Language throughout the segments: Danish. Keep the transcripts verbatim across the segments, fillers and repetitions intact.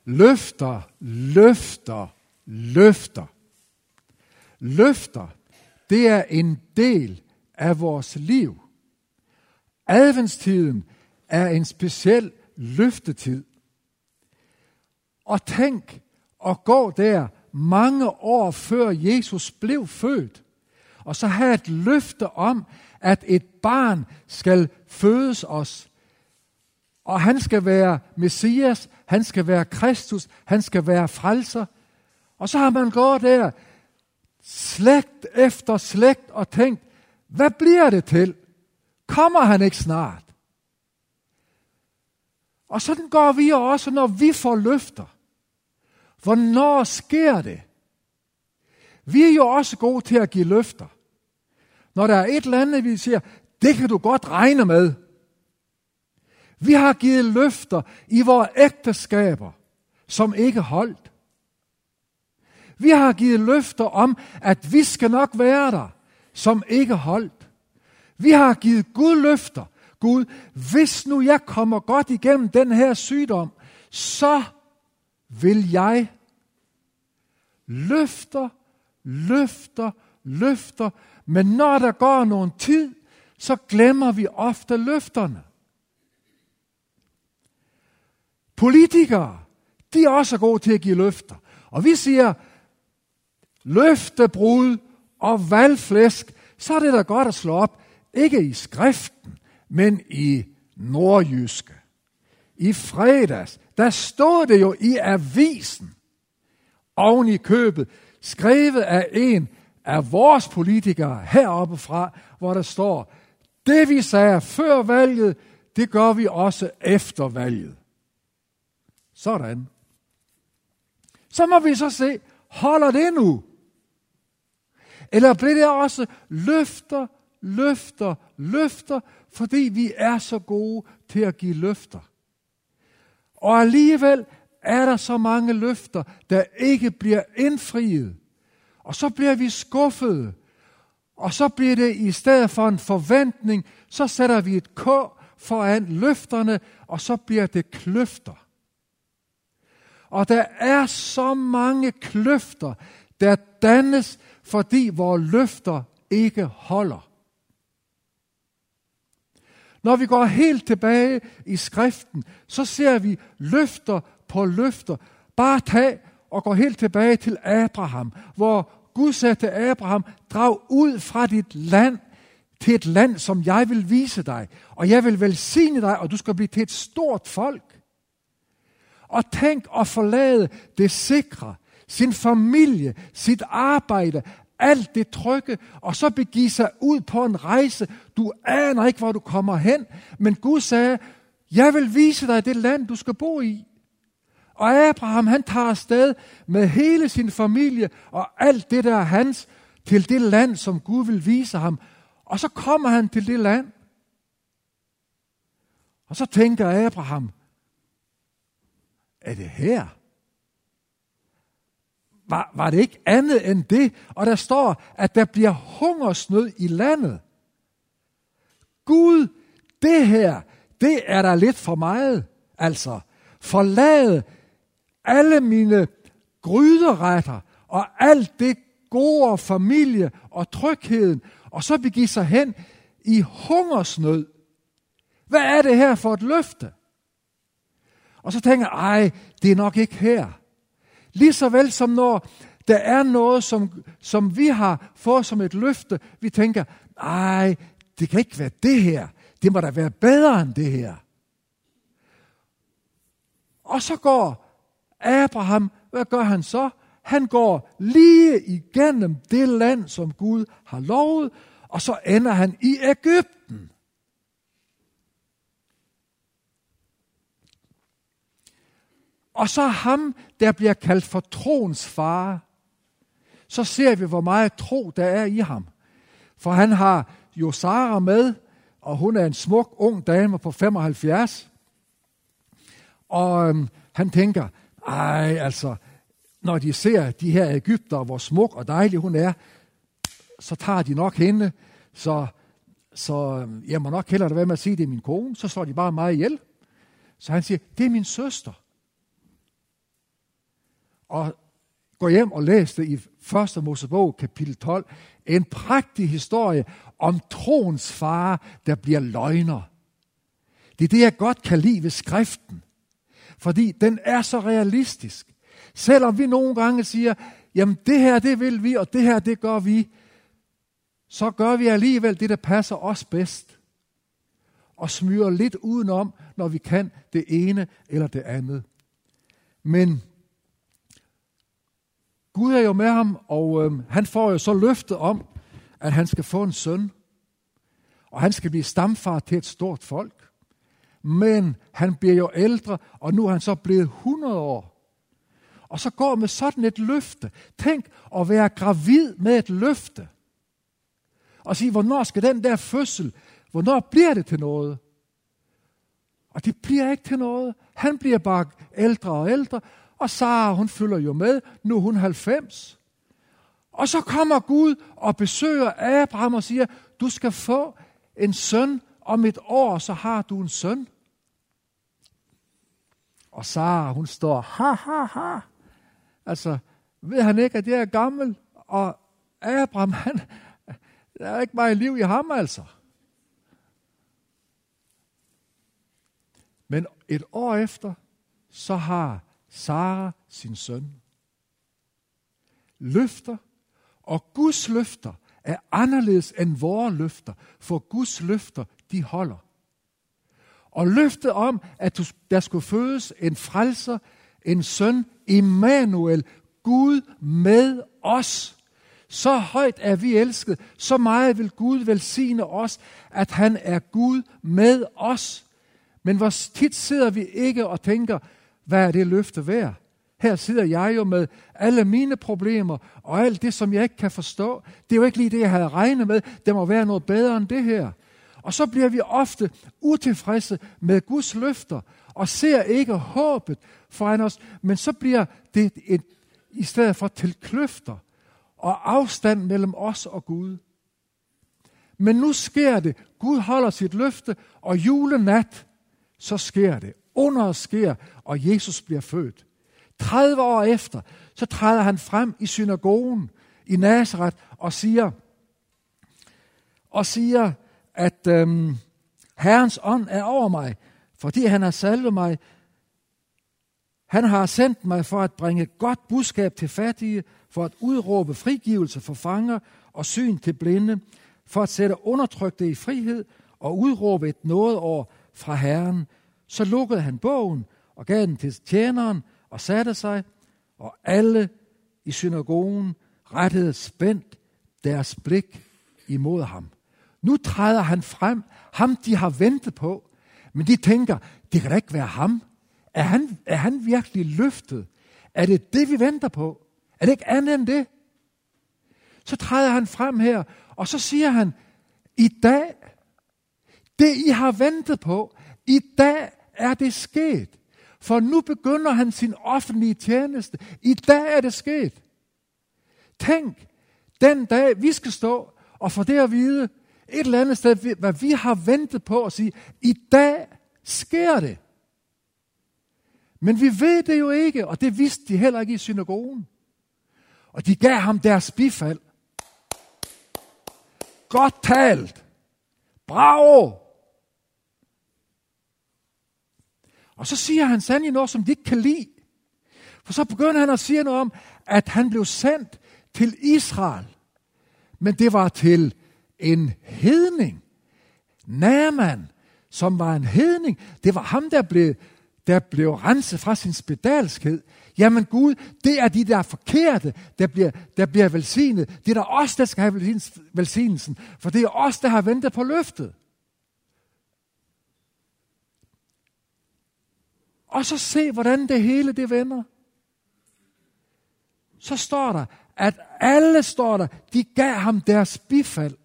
Løfter, løfter, løfter. Løfter, det er en del af vores liv. Adventstiden er en speciel løftetid. Og tænk at gå der mange år før Jesus blev født, og så have et løfte om, at et barn skal fødes os. Og han skal være Messias, han skal være Kristus, han skal være frelser. Og så har man gået der, slægt efter slægt, og tænkt, hvad bliver det til? Kommer han ikke snart? Og sådan går vi også, når vi får løfter. Hvornår sker det? Vi er jo også gode til at give løfter. Når der er et eller andet, vi siger, det kan du godt regne med. Vi har givet løfter i vores ægteskaber, som ikke holdt. Vi har givet løfter om, at vi skal nok være der, som ikke holdt. Vi har givet Gud løfter. Gud, hvis nu jeg kommer godt igennem den her sygdom, så vil jeg løfter, løfter, løfter. Men når der går nogen tid, så glemmer vi ofte løfterne. Politikere, de er også gode til at give løfter. Og vi siger, løftebrud og valgflæsk, så er det da godt at slå op. Ikke i skriften, men i nordjyske. I fredags, der stod det jo i avisen, oven i købet, skrevet af en af vores politikere heroppe fra, hvor der står, det vi sagde før valget, det gør vi også efter valget. Sådan. Så må vi så se, holder det nu? Eller bliver det også løfter, løfter, løfter, fordi vi er så gode til at give løfter. Og alligevel er der så mange løfter, der ikke bliver indfriet. Og så bliver vi skuffede. Og så bliver det i stedet for en forventning, så sætter vi et K foran løfterne, og så bliver det kløfter. Og der er så mange kløfter, der dannes, fordi vores løfter ikke holder. Når vi går helt tilbage i skriften, så ser vi løfter på løfter. Bare tag og gå helt tilbage til Abraham, hvor Gud sagde til Abraham, drag ud fra dit land til et land, som jeg vil vise dig. Og jeg vil velsigne dig, og du skal blive til et stort folk. Og tænk at forlade det sikre, sin familie, sit arbejde, alt det trygge, og så begive sig ud på en rejse. Du aner ikke, hvor du kommer hen, men Gud sagde, jeg vil vise dig det land, du skal bo i. Og Abraham, han tager afsted med hele sin familie og alt det, der er hans, til det land, som Gud vil vise ham. Og så kommer han til det land. Og så tænker Abraham, er det her? Var, var det ikke andet end det? Og der står, at der bliver hungersnød i landet. Gud, det her, det er der lidt for meget. Altså, forlade alle mine gryderetter og alt det gode familie og trygheden, og så begive sig hen i hungersnød. Hvad er det her for et løfte? Og så tænker jeg, ej, det er nok ikke her. Lige så vel som når der er noget, som, som vi har fået som et løfte, vi tænker, ej, det kan ikke være det her. Det må da være bedre end det her. Og så går Abraham, hvad gør han så? Han går lige igennem det land, som Gud har lovet, og så ender han i Egypten. Og så ham, der bliver kaldt for troens far, så ser vi, hvor meget tro der er i ham. For han har jo Sara med, og hun er en smuk, ung dame på femoghalvfjerds. Og øhm, han tænker, ej, altså, når de ser de her egypter, hvor smuk og dejlig hun er, så tager de nok hende, så, så jeg må nok hellere være med at sige, det er min kone, så slår de bare mig ihjel. Så han siger, det er min søster. og gå hjem og læs det i første Mosebog, kapitel tolv. En prægtig historie om troens far, der bliver løgner. Det er det, jeg godt kan lide ved skriften. Fordi den er så realistisk. Selvom vi nogle gange siger, jamen det her, det vil vi, og det her, det gør vi, så gør vi alligevel det, der passer os bedst. Og smyrer lidt udenom, når vi kan det ene eller det andet. Men Gud er jo med ham, og øh, han får jo så løftet om, at han skal få en søn. Og han skal blive stamfar til et stort folk. Men han bliver jo ældre, og nu er han så blevet hundrede år. Og så går med sådan et løfte. Tænk at være gravid med et løfte. Og sige, hvornår skal den der fødsel, hvornår bliver det til noget? Og det bliver ikke til noget. Han bliver bare ældre og ældre, og Sara, hun følger jo med. Nu er hun halvfems. Og så kommer Gud og besøger Abraham og siger, du skal få en søn om et år, så har du en søn. Og Sara, hun står, ha, ha, ha. Altså, ved han ikke, at jeg er gammel? Og Abraham, han, der er ikke meget liv i ham, altså. Men et år efter, så har Sara sin søn. Løfter, og Guds løfter er anderledes end vores løfter, for Guds løfter, de holder. Og løftet om, at der skulle fødes en frelser, en søn, Immanuel, Gud med os. Så højt er vi elsket, så meget vil Gud velsigne os, at han er Gud med os. Men hvor tit sidder vi ikke og tænker, hvad er det løfte værd? Her sidder jeg jo med alle mine problemer, og alt det, som jeg ikke kan forstå. Det er jo ikke lige det, jeg havde regnet med. Det må være noget bedre end det her. Og så bliver vi ofte utilfredse med Guds løfter, og ser ikke håbet foran os, men så bliver det et, i stedet for til kløfter og afstand mellem os og Gud. Men nu sker det. Gud holder sit løfte, og julenat, så sker det. Under sker, og Jesus bliver født. tredive år efter, så træder han frem i synagogen i Nazaret og siger, og siger, at øhm, Herrens ånd er over mig, fordi han har salvet mig. Han har sendt mig for at bringe godt budskab til fattige, for at udråbe frigivelse for fanger og syn til blinde, for at sætte undertrykte i frihed og udråbe et nådeår fra Herren. Så lukkede han bogen og gav den til tjeneren og satte sig, og alle i synagogen rettede spændt deres blik imod ham. Nu træder han frem, ham de har ventet på, men de tænker, det kan da ikke være ham. Er han, er han virkelig løftet? Er det det, vi venter på? Er det ikke andet end det? Så træder han frem her, og så siger han, i dag, det I har ventet på, i dag er det sket. For nu begynder han sin offentlige tjeneste. I dag er det sket. Tænk, den dag vi skal stå og få det at vide, et eller andet sted, hvad vi har ventet på at sige, i dag sker det. Men vi ved det jo ikke, og det vidste de heller ikke i synagogen. Og de gav ham deres bifald. Godt talt. Bravo. Og så siger han sandelig noget, som de ikke kan lide. For så begynder han at sige noget om, at han blev sendt til Israel. Men det var til en hedning. Naaman, som var en hedning. Det var ham, der blev, der blev renset fra sin spedalskhed. Jamen Gud, det er de, der er forkerte, der bliver, der bliver velsignet. Det er der os, der skal have velsignelsen. For det er os, der har ventet på løftet. Og så se, hvordan det hele det vender. Så står der, at alle står der, de gav ham deres bifald.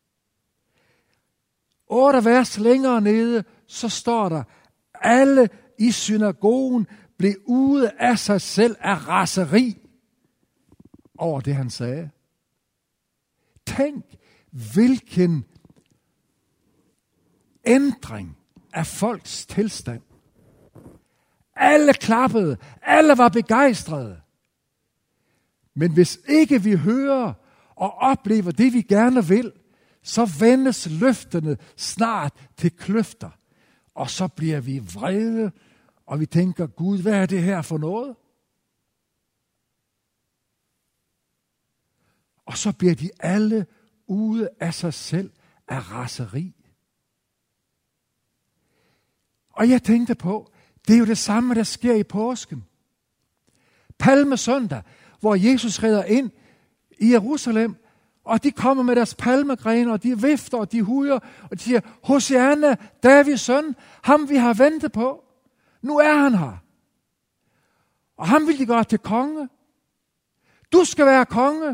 Otte vers længere nede, så står der, alle i synagogen blev ude af sig selv af raseri over det, han sagde. Tænk, hvilken ændring af folks tilstand. Alle klappede, alle var begejstrede. Men hvis ikke vi hører og oplever det, vi gerne vil, så vendes løfterne snart til kløfter. Og så bliver vi vrede, og vi tænker, Gud, hvad er det her for noget? Og så bliver de alle ude af sig selv af raseri. Og jeg tænkte på, det er jo det samme, der sker i påsken. Palmesøndag, hvor Jesus rider ind i Jerusalem, og de kommer med deres palmegrene, og de vifter, og de hujer, og de siger, Hosianna, Davids søn, ham vi har ventet på. Nu er han her. Og ham vil de gøre til konge. Du skal være konge.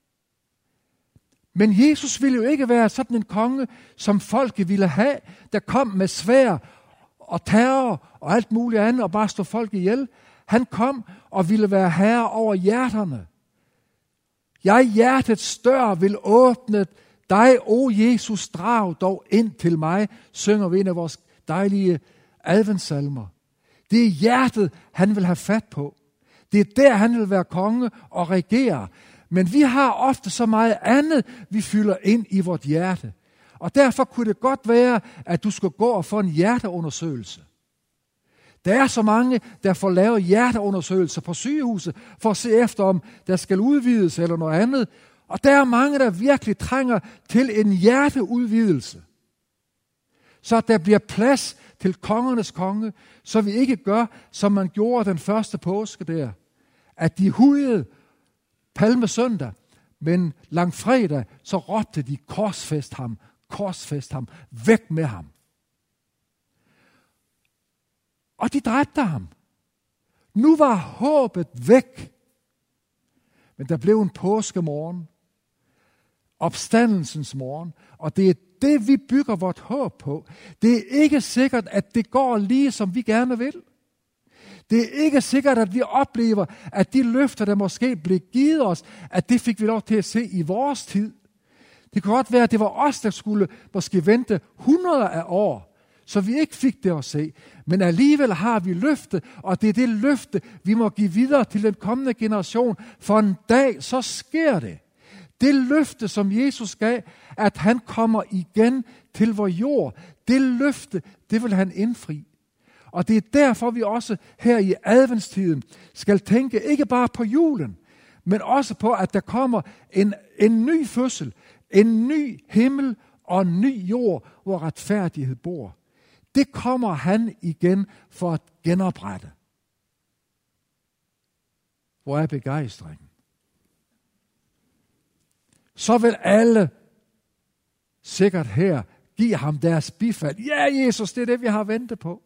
Men Jesus ville jo ikke være sådan en konge, som folket ville have, der kom med sværd og terror og alt muligt andet, og bare stå folk ihjel. Han kom og ville være herre over hjerterne. Jeg hjertets dør vil åbne dig, o Jesus, drag dog ind til mig, synger vi en af vores dejlige adventssalmer. Det er hjertet, han vil have fat på. Det er der, han vil være konge og regere. Men vi har ofte så meget andet, vi fylder ind i vort hjerte. Og derfor kunne det godt være, at du skal gå og få en hjerteundersøgelse. Der er så mange, der får lavet hjerteundersøgelser på sygehuset, for at se efter, om der skal udvides eller noget andet. Og der er mange, der virkelig trænger til en hjerteudvidelse. Så der bliver plads til kongernes konge, så vi ikke gør, som man gjorde den første påske der. At de hujede palmesøndag, men langfredag, så råbte de, korsfæst ham, korsfæst ham, væk med ham. Og de dræbte ham. Nu var håbet væk. Men der blev en påskemorgen, opstandelsens morgen, og det er det, vi bygger vort håb på. Det er ikke sikkert, at det går lige, som vi gerne vil. Det er ikke sikkert, at vi oplever, at de løfter, der måske blev givet os, at det fik vi lov til at se i vores tid. Det kunne godt være, at det var os, der skulle måske vente hundreder af år, så vi ikke fik det at se. Men alligevel har vi løfte, og det er det løfte, vi må give videre til den kommende generation. For en dag, så sker det. Det løfte, som Jesus gav, at han kommer igen til vor jord, det løfte, det vil han indfri. Og det er derfor, vi også her i adventstiden skal tænke ikke bare på julen, men også på, at der kommer en, en ny fødsel, en ny himmel og en ny jord, hvor retfærdighed bor. Det kommer han igen for at genoprette. Hvor er begejstringen? Så vil alle sikkert her give ham deres bifald. Ja, Jesus, det er det, vi har ventet på.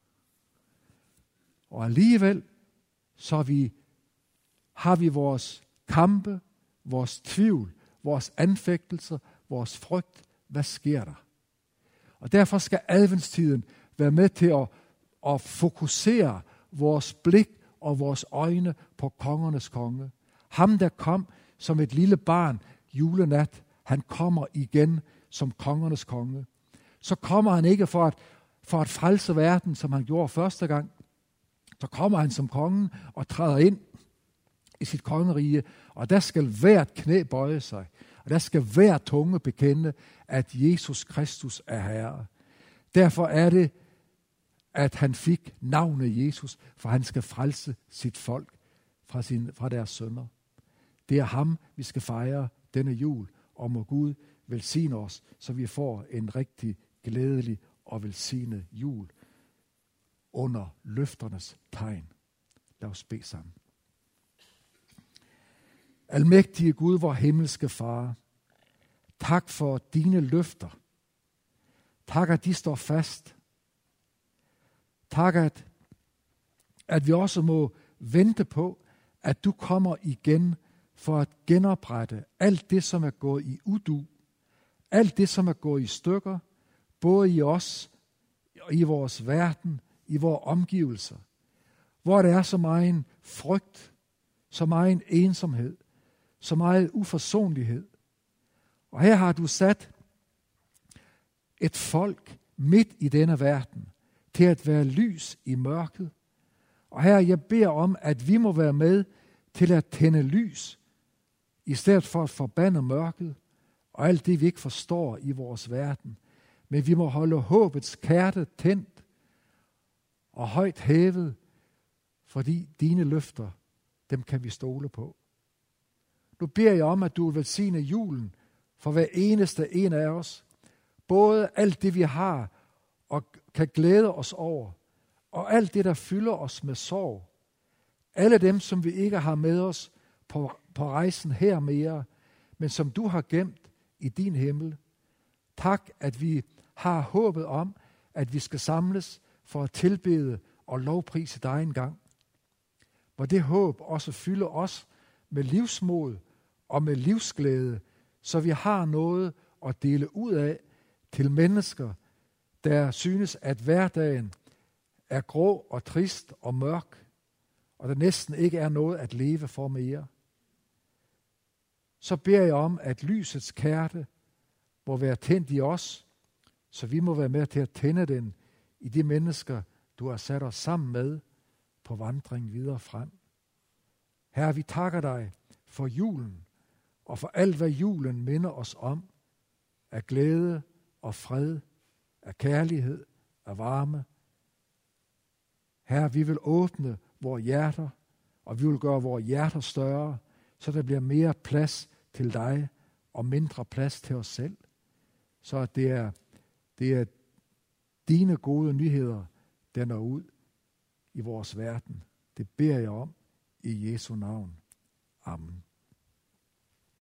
Og alligevel, så vi, har vi vores kampe, vores tvivl, vores anfægtelser, vores frygt. Hvad sker der? Og derfor skal adventstiden være med til at, at fokusere vores blik og vores øjne på kongernes konge. Ham, der kom som et lille barn julenat, han kommer igen som kongernes konge. Så kommer han ikke for at, for at frelse verden, som han gjorde første gang. Så kommer han som kongen og træder ind i sit kongerige, og der skal hvert knæ bøje sig, og der skal hver tunge bekende, at Jesus Kristus er Herre. Derfor er det, at han fik navnet Jesus, for han skal frelse sit folk fra, sin, fra deres synder. Det er ham, vi skal fejre denne jul, og må Gud velsigne os, så vi får en rigtig glædelig og velsignet jul under løfternes tegn. Lad os bede sammen. Almægtige Gud, vor himmelske Far, tak for dine løfter. Tak, at de står fast. Tak, at, at vi også må vente på, at du kommer igen for at genoprette alt det, som er gået i udu. Alt det, som er gået i stykker, både i os, i vores verden, i vores omgivelser. Hvor der er så meget frygt, så meget ensomhed, så meget uforsonlighed. Og her har du sat et folk midt i denne verden til at være lys i mørket. Og her jeg beder om, at vi må være med til at tænde lys, i stedet for at forbande mørket og alt det, vi ikke forstår i vores verden. Men vi må holde håbets kærte tændt og højt hævet, fordi dine løfter, dem kan vi stole på. Nu beder jeg om, at du vil velsigne julen for hver eneste en af os. Både alt det, vi har og kan glæde os over, og alt det, der fylder os med sorg. Alle dem, som vi ikke har med os på, på rejsen her mere, men som du har gemt i din himmel. Tak, at vi har håbet om, at vi skal samles for at tilbede og lovprise dig en gang. Hvor det håb også fylder os med livsmod og med livsglæde, så vi har noget at dele ud af til mennesker, der synes, at hverdagen er grå og trist og mørk, og der næsten ikke er noget at leve for mere. Så beder jeg om, at lysets kærte må være tændt i os, så vi må være med til at tænde den i de mennesker, du har sat os sammen med på vandring videre frem. Herre, vi takker dig for julen, og for alt, hvad julen minder os om, af glæde og fred, af kærlighed, af varme. Herre, vi vil åbne vores hjerter, og vi vil gøre vores hjerter større, så der bliver mere plads til dig, og mindre plads til os selv. Så det er, det er dine gode nyheder, der når ud i vores verden. Det beder jeg om i Jesu navn. Amen.